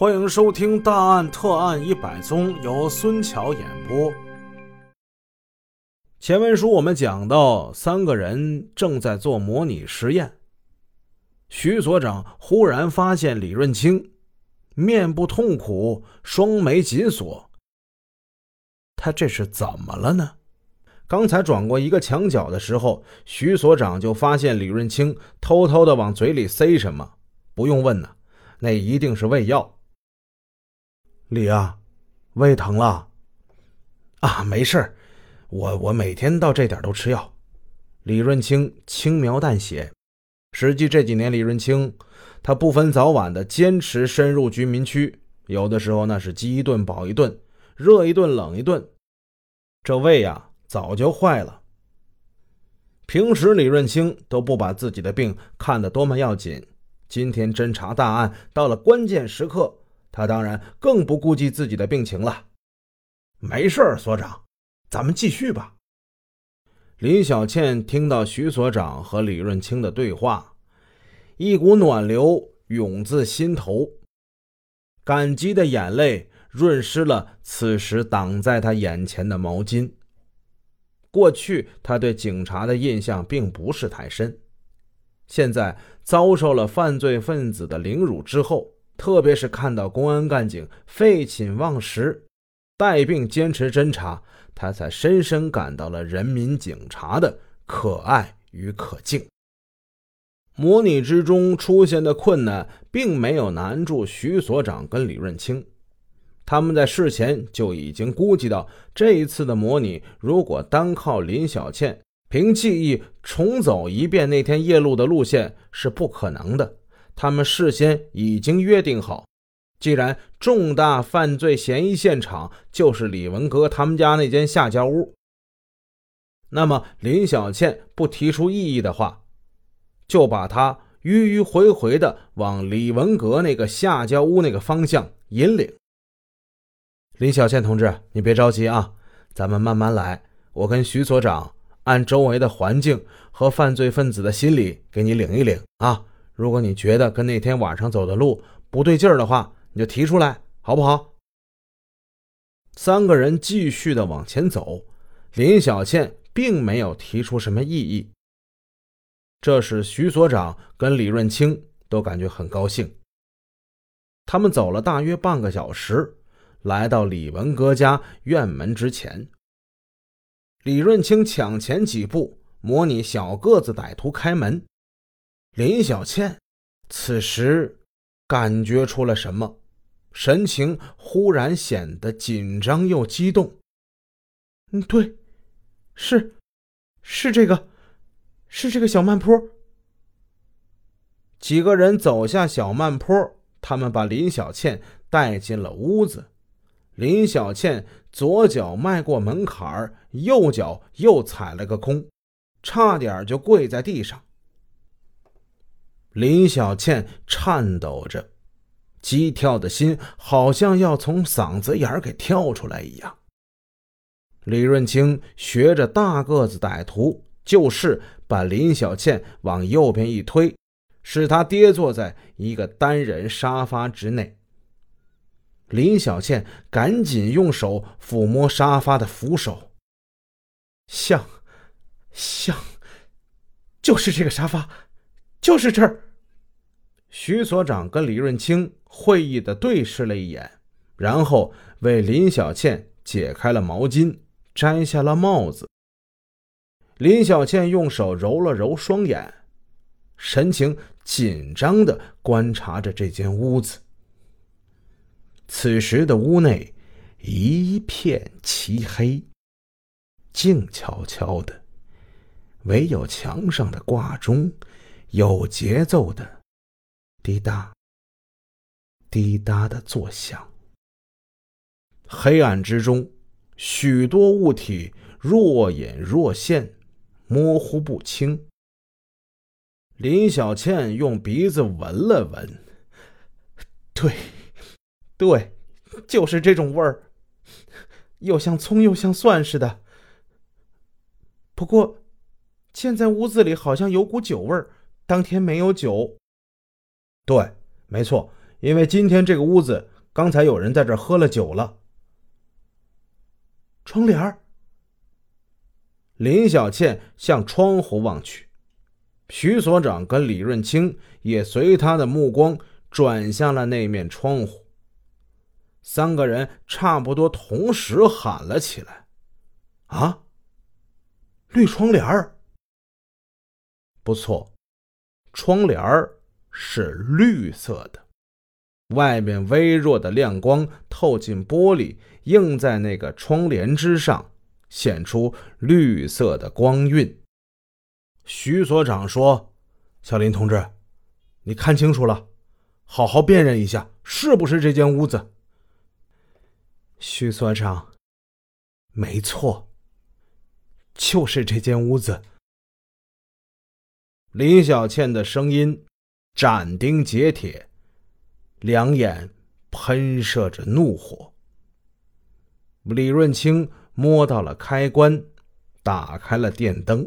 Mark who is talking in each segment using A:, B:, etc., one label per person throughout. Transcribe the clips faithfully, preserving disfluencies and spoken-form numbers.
A: 欢迎收听《大案特案一百宗》，由孙桥演播。前文书我们讲到，三个人正在做模拟实验。徐所长忽然发现李润清面部痛苦，双眉紧锁。他这是怎么了呢？刚才转过一个墙角的时候，徐所长就发现李润清偷偷的往嘴里塞什么。不用问了，那一定是胃药。李啊，胃疼了啊？没事，我我每天到这点都吃药。李润清轻描淡写。实际这几年李润清他不分早晚的坚持深入居民区，有的时候那是饥一顿饱一顿，热一顿冷一顿，这胃啊早就坏了。平时李润清都不把自己的病看得多么要紧，今天侦查大案到了关键时刻，他当然更不顾及自己的病情了。没事，所长，咱们继续吧。林小倩听到徐所长和李润清的对话，一股暖流涌自心头，感激的眼泪润湿了此时挡在他眼前的毛巾。过去他对警察的印象并不是太深，现在遭受了犯罪分子的凌辱之后，特别是看到公安干警废寝忘食，带病坚持侦查，他才深深感到了人民警察的可爱与可敬。模拟之中出现的困难并没有难住徐所长跟李润清，他们在事前就已经估计到，这一次的模拟如果单靠林小倩凭记忆重走一遍那天夜路的路线是不可能的。他们事先已经约定好，既然重大犯罪嫌疑现场就是李文革他们家那间下脚屋，那么林小倩不提出异议的话，就把他迂迂回回的往李文革那个下脚屋那个方向引领。林小倩同志，你别着急啊，咱们慢慢来，我跟徐所长按周围的环境和犯罪分子的心理给你领一领啊。如果你觉得跟那天晚上走的路不对劲儿的话，你就提出来，好不好？三个人继续的往前走，林小倩并没有提出什么异议，这使徐所长跟李润清都感觉很高兴。他们走了大约半个小时，来到李文革家院门之前。李润清抢前几步，模拟小个子歹徒开门。林小倩此时感觉出了什么，神情忽然显得紧张又激动。嗯，对，是是这个是这个小慢坡。几个人走下小慢坡，他们把林小倩带进了屋子。林小倩左脚迈过门槛，右脚又踩了个空，差点就跪在地上。林小倩颤抖着，激跳的心好像要从嗓子眼给跳出来一样。李润清学着大个子歹徒，就是把林小倩往右边一推，使她跌坐在一个单人沙发之内。林小倩赶紧用手抚摸沙发的扶手，像像就是这个沙发，就是这儿。徐所长跟李润清会意地对视了一眼，然后为林小倩解开了毛巾，摘下了帽子。林小倩用手揉了揉双眼，神情紧张地观察着这间屋子。此时的屋内一片漆黑，静悄悄的，唯有墙上的挂钟有节奏的滴答滴答的作响。黑暗之中，许多物体若隐若现，模糊不清。林小倩用鼻子闻了闻，对对，就是这种味儿，又像葱又像蒜似的。不过现在屋子里好像有股酒味儿，当天没有酒。对，没错，因为今天这个屋子刚才有人在这儿喝了酒了。窗帘儿。林小倩向窗户望去，徐所长跟李润清也随他的目光转向了那面窗户。三个人差不多同时喊了起来：啊，绿窗帘儿！不错，窗帘儿是绿色的，外面微弱的亮光透进玻璃，映在那个窗帘之上，显出绿色的光晕。徐所长说：小林同志，你看清楚了，好好辨认一下，是不是这间屋子？徐所长，没错，就是这间屋子。林小倩的声音斩钉截铁，两眼喷射着怒火。李润清摸到了开关，打开了电灯，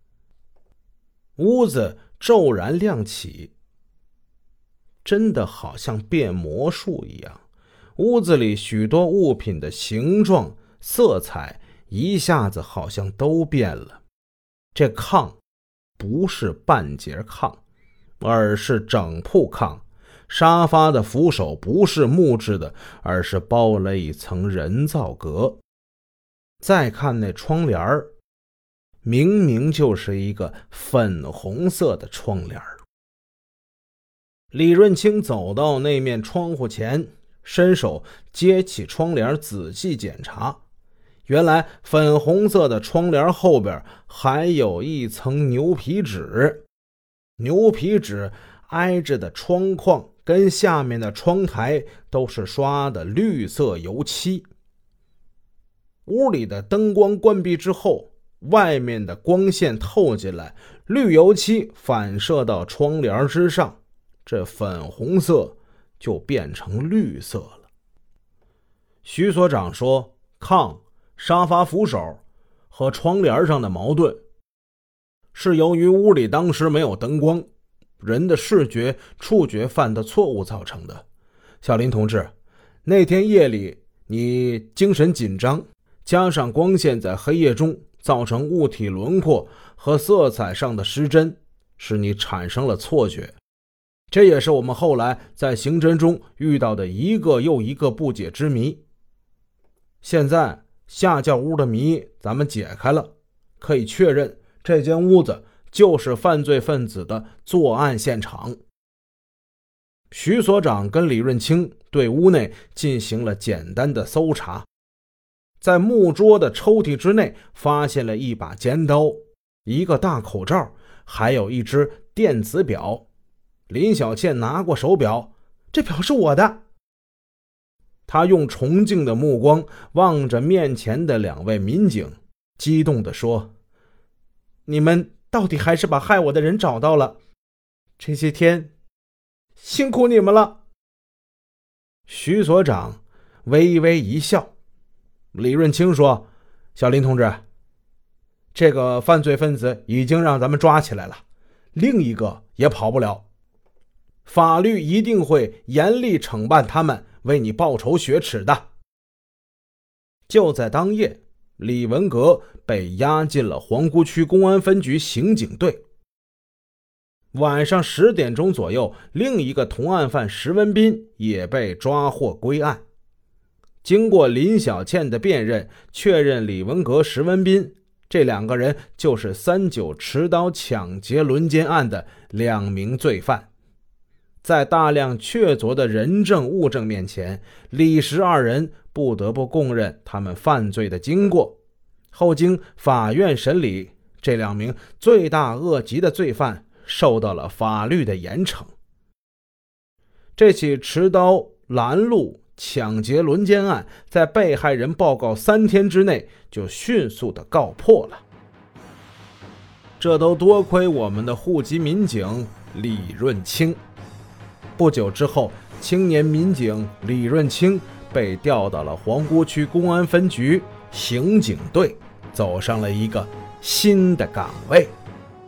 A: 屋子骤然亮起，真的好像变魔术一样，屋子里许多物品的形状、色彩一下子好像都变了。这炕不是半截炕，而是整铺炕，沙发的扶手不是木质的，而是包了一层人造革。再看那窗帘儿，明明就是一个粉红色的窗帘儿。李润清走到那面窗户前，伸手接起窗帘仔细检查，原来粉红色的窗帘后边还有一层牛皮纸，牛皮纸挨着的窗框跟下面的窗台都是刷的绿色油漆。屋里的灯光关闭之后，外面的光线透进来，绿油漆反射到窗帘之上，这粉红色就变成绿色了。徐所长说，炕、沙发扶手和窗帘上的矛盾是由于屋里当时没有灯光，人的视觉触觉犯的错误造成的。小林同志，那天夜里你精神紧张，加上光线在黑夜中造成物体轮廓和色彩上的失真，使你产生了错觉。这也是我们后来在刑侦中遇到的一个又一个不解之谜。现在下轿屋的谜咱们解开了，可以确认这间屋子就是犯罪分子的作案现场。徐所长跟李润清对屋内进行了简单的搜查，在木桌的抽屉之内发现了一把尖刀、一个大口罩，还有一只电子表。林小倩拿过手表，这表是我的。他用崇敬的目光望着面前的两位民警，激动地说：你们到底还是把害我的人找到了，这些天辛苦你们了。徐所长微微一笑。李润清说：小林同志，这个犯罪分子已经让咱们抓起来了，另一个也跑不了，法律一定会严厉惩办他们，为你报仇雪耻的。就在当夜，李文革被押进了皇姑区公安分局刑警队。晚上十点钟左右，另一个同案犯石文斌也被抓获归案。经过林小倩的辨认，确认李文革、石文斌这两个人就是三九持刀抢劫轮奸案的两名罪犯。在大量确凿的人证物证面前，李石二人不得不供认他们犯罪的经过。后经法院审理，这两名罪大恶极的罪犯受到了法律的严惩。这起持刀拦路抢劫轮奸案在被害人报告三天之内就迅速的告破了。这都多亏我们的户籍民警李润清。不久之后，青年民警李润清被调到了皇姑区公安分局刑警队，走上了一个新的岗位。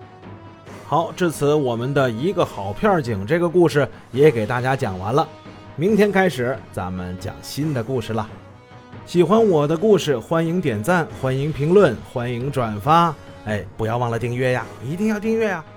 A: 好，至此我们的一个好片警这个故事也给大家讲完了。 明天开始咱们讲新的故事了。喜欢我的故事，欢迎点赞，欢迎评论，欢迎转发，哎，不要忘了订阅呀，一定要订阅呀。